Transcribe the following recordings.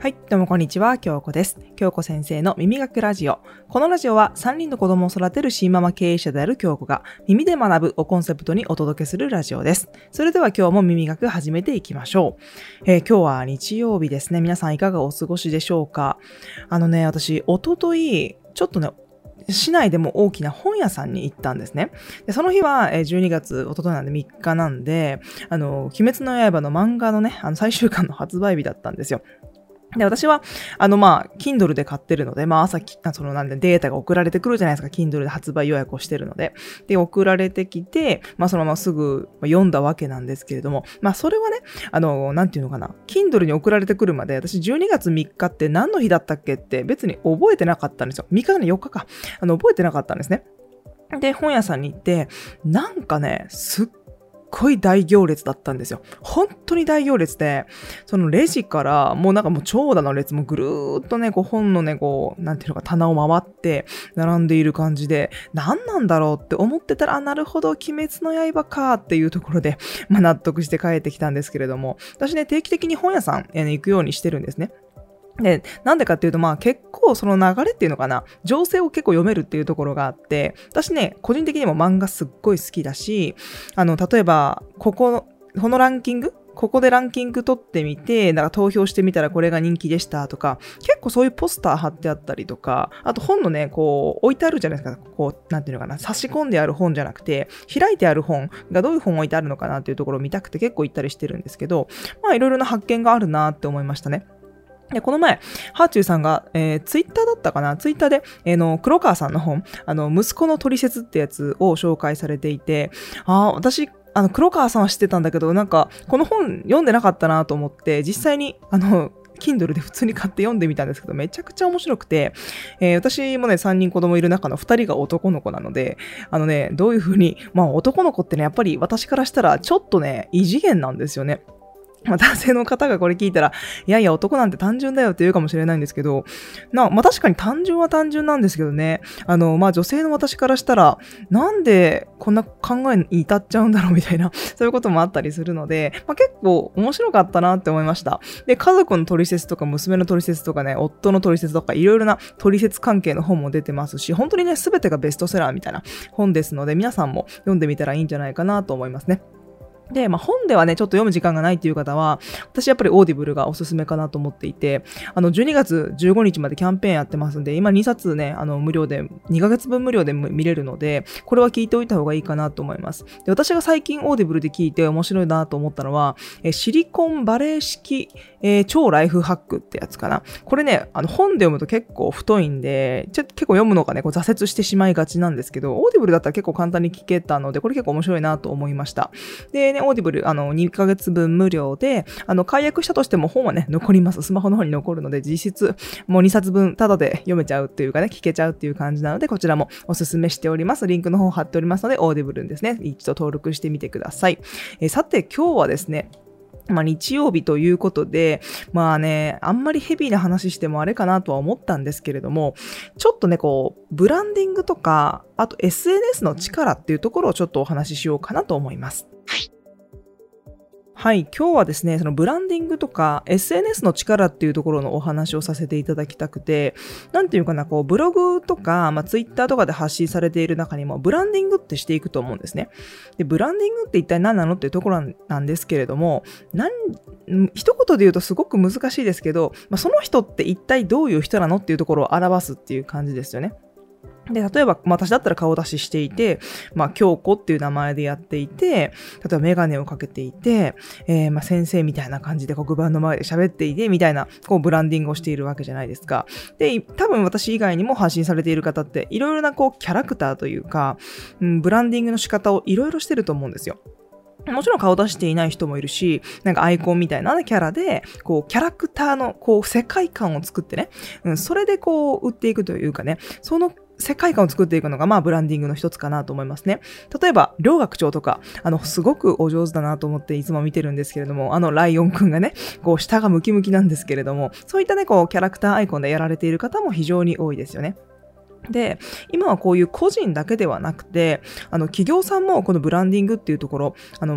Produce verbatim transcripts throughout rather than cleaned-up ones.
はい、どうもこんにちは、京子です。京子先生の耳学ラジオ。このラジオはさんにんの子供を育てるシーママ経営者である京子が耳で学ぶをコンセプトにお届けするラジオです。それでは今日も耳学始めていきましょう。えー、今日は日曜日ですね。皆さんいかがお過ごしでしょうか？あのね、私、おととい、ちょっとね、市内でも大きな本屋さんに行ったんですね。でその日はじゅうにがつ、おとといなんでみっかなんで、あの、鬼滅の刃の漫画のね、あの最終巻の発売日だったんですよ。で、私は、あの、まあ、Kindle で買ってるので、まあ、朝、その、なんで、データが送られてくるじゃないですか。Kindle で発売予約をしてるので。で、送られてきて、まあ、そのまますぐ読んだわけなんですけれども、まあ、それはね、あの、なんていうのかな。Kindle に送られてくるまで、私、じゅうにがつみっかって何の日だったっけって別に覚えてなかったんですよ。みっかのよっかか。あの、覚えてなかったんですね。で、本屋さんに行って、なんかね、すっすっごい大行列だったんですよ。本当に大行列で、そのレジからもうなんかもう長蛇の列もぐるーっとね、こう本のね、こう、なんていうのか棚を回って並んでいる感じで、何なんだろうって思ってたら、あ、なるほど、鬼滅の刃かっていうところで、まあ納得して帰ってきたんですけれども、私ね、定期的に本屋さん、えー、行くようにしてるんですね。で、なんでかっていうと、まあ結構その流れっていうのかな、情勢を結構読めるっていうところがあって、私ね、個人的にも漫画すっごい好きだし、あの、例えば、ここ、このランキングここでランキング取ってみて、なんか投票してみたらこれが人気でしたとか、結構そういうポスター貼ってあったりとか、あと本のね、こう置いてあるじゃないですか。こう、なんていうのかな、差し込んである本じゃなくて、開いてある本がどういう本置いてあるのかなっていうところを見たくて結構行ったりしてるんですけど、まあいろいろな発見があるなって思いましたね。で、この前、ハーチューさんが、えー、ツイッターだったかなツイッターで、えー、の、黒川さんの本、あの、息子のトリセツってやつを紹介されていて、ああ、私、あの、黒川さんは知ってたんだけど、なんか、この本読んでなかったなと思って、実際に、あの、Kindle で普通に買って読んでみたんですけど、めちゃくちゃ面白くて、えー、私もね、さんにん子供いる中のふたりが男の子なので、あのね、どういう風に、まあ男の子ってね、やっぱり私からしたら、ちょっとね、異次元なんですよね。まあ、男性の方がこれ聞いたら、いやいや男なんて単純だよって言うかもしれないんですけど、な、まあ、確かに単純は単純なんですけどね、あの、まあ、女性の私からしたら、なんでこんな考えに至っちゃうんだろうみたいな、そういうこともあったりするので、まあ、結構面白かったなって思いました。で、家族のトリセツとか娘のトリセツとかね、夫のトリセツとかいろいろなトリセツ関係の本も出てますし、本当にね、すべてがベストセラーみたいな本ですので、皆さんも読んでみたらいいんじゃないかなと思いますね。で、まあ、本ではね、ちょっと読む時間がないっていう方は、私やっぱりオーディブルがおすすめかなと思っていて、あの、じゅうにがつじゅうごにちまでキャンペーンやってますんで、今にさつね、あの、無料で、にかげつぶん無料で見れるので、これは聞いておいた方がいいかなと思います。で、私が最近オーディブルで聞いて面白いなと思ったのは、えシリコンバレー式、えー、超ライフハックってやつかな。これね、あの、本で読むと結構太いんで、ちょっと結構読むのがね、こう挫折してしまいがちなんですけど、オーディブルだったら結構簡単に聞けたので、これ結構面白いなと思いました。でね、オーディブル、あの、にかげつぶん無料で、あの、解約したとしても本はね、残ります。スマホの方に残るので、実質、もうにさつぶんタダで読めちゃうっていうかね、聞けちゃうっていう感じなので、こちらもおすすめしております。リンクの方貼っておりますので、オーディブルですね、一度登録してみてください。えー、さて、今日はですね、まあ日曜日ということで、まあね、あんまりヘビーな話してもあれかなとは思ったんですけれども、ちょっとね、こう、ブランディングとか、あと エスエヌエス の力っていうところをちょっとお話ししようかなと思います。はい。はい、今日はですね、そのブランディングとか エスエヌエス の力っていうところのお話をさせていただきたくて、なんていうかな、こう、ブログとか、まあ、ツイッターとかで発信されている中にも、ブランディングってしていくと思うんですね。で、ブランディングって一体何なのっていうところなんですけれども、なん、一言で言うとすごく難しいですけど、まあ、その人って一体どういう人なのっていうところを表すっていう感じですよね。で、例えば、まあ、私だったら顔出ししていて、まあ、京子っていう名前でやっていて、例えばメガネをかけていて、えー、まあ、先生みたいな感じで黒板の前で喋っていて、みたいな、こう、ブランディングをしているわけじゃないですか。で、多分私以外にも発信されている方って、いろいろな、こう、キャラクターというか、うん、ブランディングの仕方をいろいろしてると思うんですよ。もちろん顔出していない人もいるし、なんかアイコンみたいなキャラで、こう、キャラクターの、こう、世界観を作ってね、うん、それでこう、売っていくというかね、その、世界観を作っていくのが、まあ、ブランディングの一つかなと思いますね。例えば、両学長とか、あの、すごくお上手だなと思っていつも見てるんですけれども、あの、ライオンくんがね、こう、下がムキムキなんですけれども、そういったね、こう、キャラクターアイコンでやられている方も非常に多いですよね。で、今はこういう個人だけではなくて、あの、企業さんもこのブランディングっていうところ、あの、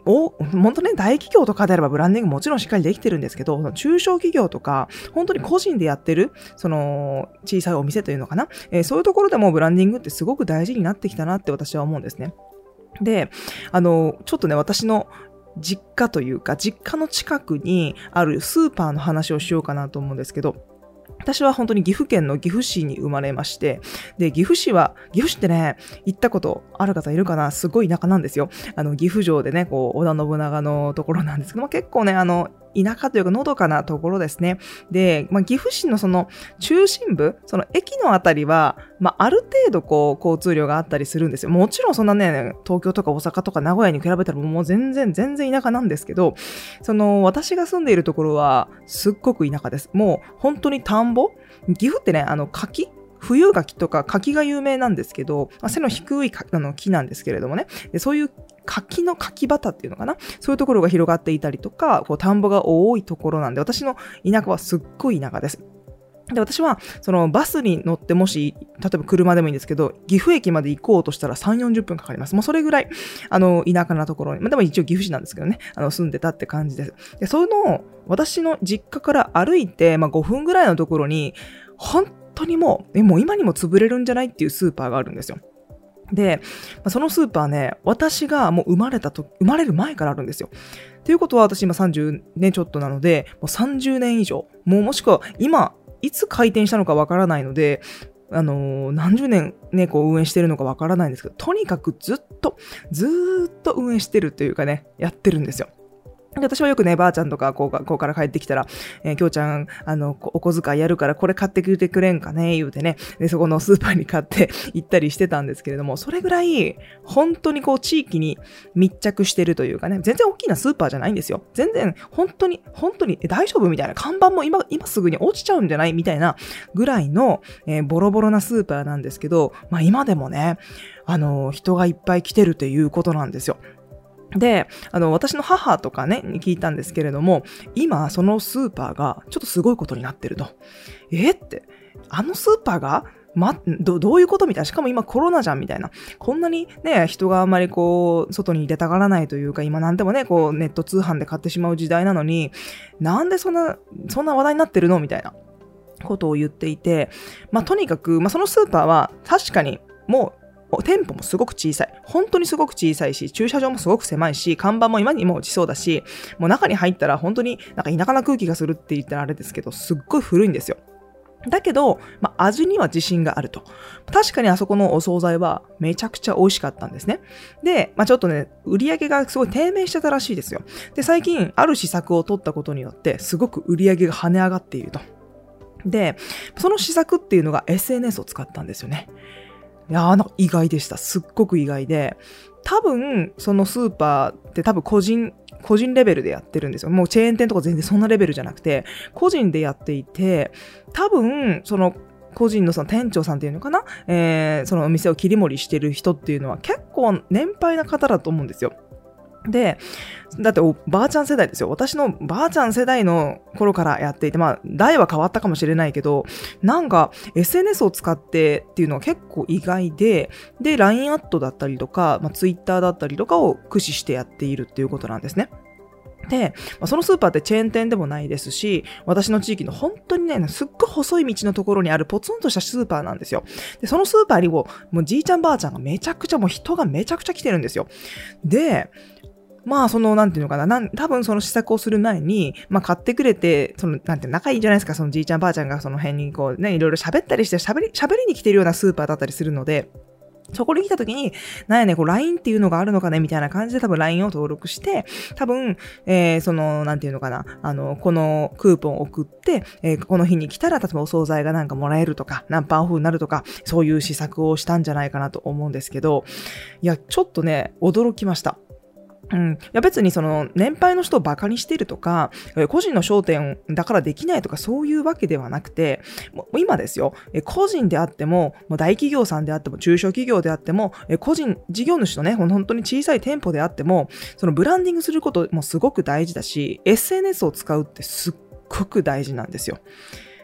お本当ね、大企業とかであればブランディングもちろんしっかりできてるんですけど、その中小企業とか、本当に個人でやってる、その小さいお店というのかな、えー、そういうところでもブランディングってすごく大事になってきたなって私は思うんですね。で、あの、ちょっとね、私の実家というか、実家の近くにあるスーパーの話をしようかなと思うんですけど、私は本当に岐阜県の岐阜市に生まれまして、で、岐阜市は、岐阜市ってね、行ったことある方いるかな？すごい田舎なんですよ。あの、岐阜城でね、こう、織田信長のところなんですけども、結構ね、あの、田舎というかのどかなところですね。で、まあ、岐阜市のその中心部、その駅のあたりは、まあ、ある程度こう、交通量があったりするんですよ。もちろんそんなね、東京とか大阪とか名古屋に比べたらもう全然、全然田舎なんですけど、その、私が住んでいるところは、すっごく田舎です。もう、本当に田んぼ？岐阜ってね、あの、柿？冬柿とか柿が有名なんですけど、まあ、背の低いあの木なんですけれどもね、でそういう柿の柿畑っていうのかな、そういうところが広がっていたりとか、こう田んぼが多いところなんで、私の田舎はすっごい田舎です。で、私は、そのバスに乗ってもし、例えば車でもいいんですけど、岐阜駅まで行こうとしたらさんじゅう、よんじゅっぷんかかります。もうそれぐらい、あの、田舎なところに、まあ、でも一応岐阜市なんですけどね、あの、住んでたって感じです。で、その、私の実家から歩いて、まあ、ごふんぐらいのところに、本当にもう、え、もう今にも潰れるんじゃないっていうスーパーがあるんですよ。で、そのスーパーね、私がもう生まれたと、生まれる前からあるんですよ。ということは私今さんじゅうねんちょっとなので、もうさんじゅうねん以上、もうもしくは今、いつ開店したのかわからないので、あのー、何十年ね、こう運営してるのかわからないんですけど、とにかくずっと、ずーっと運営してるというかね、やってるんですよ。で、私はよくね、ばあちゃんとか、こう、学校から帰ってきたら、えー、きょうちゃん、あの、お小遣いやるから、これ買ってきてくれんかね、言うてね、で、そこのスーパーに買って行ったりしてたんですけれども、それぐらい、本当にこう、地域に密着してるというかね、全然大きなスーパーじゃないんですよ。全然、本当に、本当に、え大丈夫みたいな、看板も今、今すぐに落ちちゃうんじゃないみたいなぐらいの、えー、ボロボロなスーパーなんですけど、まあ今でもね、あの、人がいっぱい来てるということなんですよ。で、あの、私の母とかね、に聞いたんですけれども、今、そのスーパーがちょっとすごいことになってると。えって、あのスーパーがま、ど、どういうことみたいな。しかも今コロナじゃんみたいな。こんなにね、人があんまりこう、外に出たがらないというか、今なんでもね、こう、ネット通販で買ってしまう時代なのに、なんでそんな、そんな話題になってるのみたいなことを言っていて、まあ、とにかく、まあ、そのスーパーは確かにもう、店舗もすごく小さい。本当にすごく小さいし、駐車場もすごく狭いし、看板も今にも落ちそうだし、もう中に入ったら本当になんか田舎な空気がするって言ったらあれですけど、すっごい古いんですよ。だけど、まあ、味には自信があると。確かにあそこのお惣菜はめちゃくちゃ美味しかったんですね。で、まあ、ちょっとね、売り上げがすごい低迷してたらしいですよ。で、最近ある施策を取ったことによって、すごく売り上げが跳ね上がっていると。で、その施策っていうのが エスエヌエス を使ったんですよね。いやー、なんか意外でした。すっごく意外で。多分、そのスーパーって多分個人、個人レベルでやってるんですよ。もうチェーン店とか全然そんなレベルじゃなくて、個人でやっていて、多分、その個人のその店長さんっていうのかな、えー、そのお店を切り盛りしてる人っていうのは結構年配な方だと思うんですよ。で、だっておばあちゃん世代ですよ。私のばあちゃん世代の頃からやっていて、まあ、代は変わったかもしれないけど、なんか エスエヌエス を使ってっていうのは結構意外で、で、ライン アットだったりとか、まあ、Twitter だったりとかを駆使してやっているっていうことなんですね。で、まあ、そのスーパーってチェーン店でもないですし、私の地域の本当にね、すっごい細い道のところにあるポツンとしたスーパーなんですよ。で、そのスーパーにも、もうじいちゃんばあちゃんがめちゃくちゃ、もう人がめちゃくちゃ来てるんですよ。で、まあ、その、なんていうのかな、なん多分その施策をする前に、まあ、買ってくれて、その、なんて仲いいじゃないですか、そのじいちゃんばあちゃんがその辺にこうね、いろいろ喋ったりして、喋り、喋りに来てるようなスーパーだったりするので、そこに来た時に、なんやね、こう ライン っていうのがあるのかねみたいな感じで多分 ライン を登録して、多分、えー、その、なんていうのかな、あの、このクーポンを送って、えー、この日に来たら、例えばお惣菜がなんかもらえるとか、何パーオフになるとか、そういう施策をしたんじゃないかなと思うんですけど、いや、ちょっとね、驚きました。うん。いや別にその年配の人をバカにしてるとか、個人の商店だからできないとかそういうわけではなくて、もう今ですよ、個人であっても、大企業さんであっても、中小企業であっても、個人事業主のね、本当に小さい店舗であっても、そのブランディングすることもすごく大事だし、エスエヌエス を使うってすっごく大事なんですよ。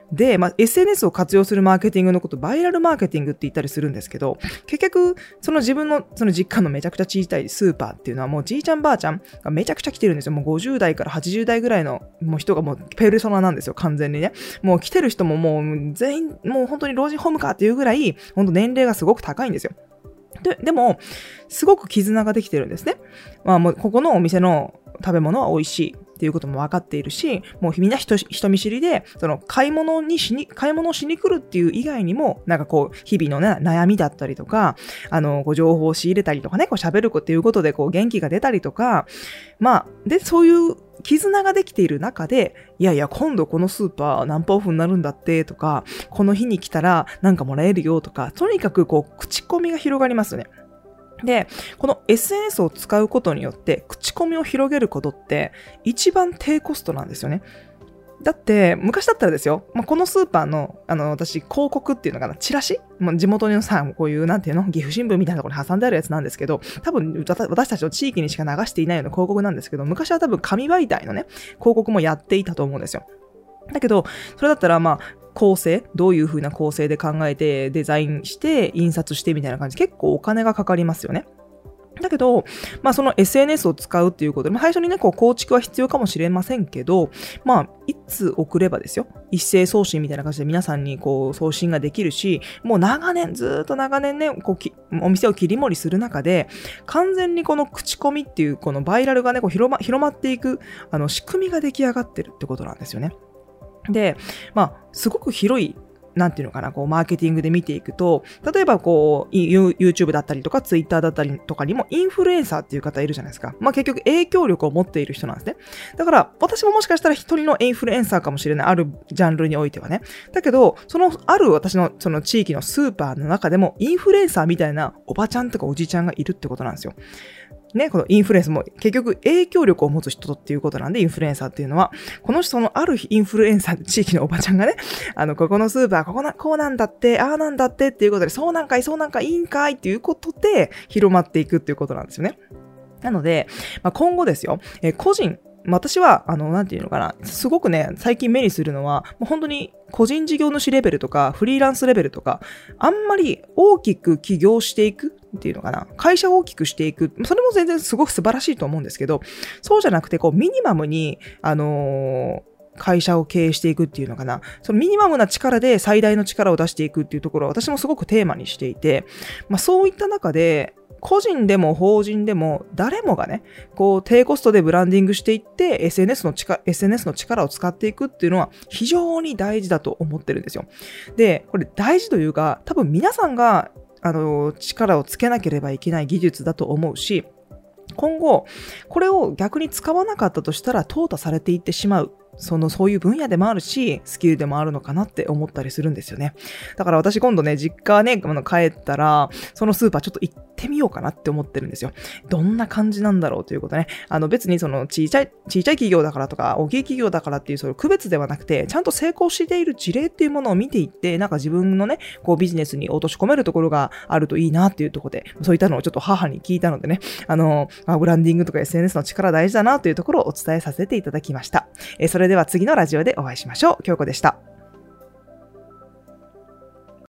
で、まあ、エスエヌエス を活用するマーケティングのこと、バイラルマーケティングって言ったりするんですけど、結局、その自分の、その実家のめちゃくちゃ小さいスーパーっていうのはもうじいちゃんばあちゃんがめちゃくちゃ来てるんですよ。もうごじゅう代からはちじゅう代ぐらいのもう人がもうペルソナなんですよ、完全にね。もう来てる人ももう全員、もう本当に老人ホームかっていうぐらい、本当年齢がすごく高いんですよ。で、でも、すごく絆ができてるんですね。まあもう、ここのお店の食べ物は美味しいっていうことも分かっているし、もうみんな 人, 人見知りで、その買い物にしに、買い物をしに来るっていう以外にも、なんかこう、日々のね、悩みだったりとか、あの、ご情報を仕入れたりとかね、こう喋るっていうことで、こう、元気が出たりとか、まあ、で、そういう絆ができている中で、いやいや、今度このスーパー何パーオフになるんだってとか、この日に来たらなんかもらえるよとか、とにかくこう、口コミが広がりますよね。で、この エスエヌエス を使うことによって口コミを広げることって一番低コストなんですよね。だって昔だったらですよ、まあ、このスーパーのあの私広告っていうのかな、チラシ、まあ、地元のさ、こういうなんていうの、岐阜新聞みたいなところに挟んであるやつなんですけど、多分私たちの地域にしか流していないような広告なんですけど、昔は多分紙媒体のね広告もやっていたと思うんですよ。だけどそれだったらまあ構成、どういう風な構成で考えてデザインして印刷してみたいな感じ、結構お金がかかりますよね。だけど、まあその エスエヌエス を使うっていうことで、まあ、最初にね、こう構築は必要かもしれませんけど、まあ、いつ送ればですよ、一斉送信みたいな感じで皆さんにこう送信ができるし、もう長年、ずーっと長年ね、こうきお店を切り盛りする中で、完全にこの口コミっていうこのバイラルがね、こう広ま、広まっていく、あの仕組みが出来上がってるってことなんですよね。で、まあ、すごく広い、なんていうのかな、こう、マーケティングで見ていくと、例えばこう、YouTube だったりとか、Twitter だったりとかにも、インフルエンサーっていう方いるじゃないですか。まあ結局、影響力を持っている人なんですね。だから、私ももしかしたら一人のインフルエンサーかもしれない。あるジャンルにおいてはね。だけど、その、ある私の、その地域のスーパーの中でも、インフルエンサーみたいなおばちゃんとかおじちゃんがいるってことなんですよ。ね、このインフルエンスも結局影響力を持つ人っていうことなんで、インフルエンサーっていうのは、この人のあるインフルエンサー、地域のおばちゃんがね、あの、ここのスーパー、ここな、こうなんだって、ああなんだってっていうことで、そうなんかい、そうなんかいいんかいっていうことで広まっていくっていうことなんですよね。なので、まあ、今後ですよ、えー、個人、私は、あの、なんていうのかな、すごくね、最近目にするのは、もう本当に個人事業主レベルとか、フリーランスレベルとか、あんまり大きく起業していくっていうのかな、会社を大きくしていく、それも全然すごく素晴らしいと思うんですけど、そうじゃなくて、こう、ミニマムに、あのー、会社を経営していくっていうのかな。そのミニマムな力で最大の力を出していくっていうところは私もすごくテーマにしていて、まあそういった中で、個人でも法人でも誰もがね、こう低コストでブランディングしていって エスエヌエス の力、エスエヌエス の力を使っていくっていうのは非常に大事だと思ってるんですよ。で、これ大事というか、多分皆さんがあの力をつけなければいけない技術だと思うし、今後これを逆に使わなかったとしたら淘汰されていってしまう。その、そういう分野でもあるし、スキルでもあるのかなって思ったりするんですよね。だから私今度ね、実家ね、あの帰ったら、そのスーパーちょっと行ってみようかなって思ってるんですよ。どんな感じなんだろうということね。あの別にその小さい、小さい企業だからとか、大きい企業だからっていうその区別ではなくて、ちゃんと成功している事例っていうものを見ていって、なんか自分のね、こうビジネスに落とし込めるところがあるといいなっていうところで、そういったのをちょっと母に聞いたのでね、あの、ブランディングとか エスエヌエス の力大事だなというところをお伝えさせていただきました。えー、それでは次のラジオでお会いしましょう。京子でした。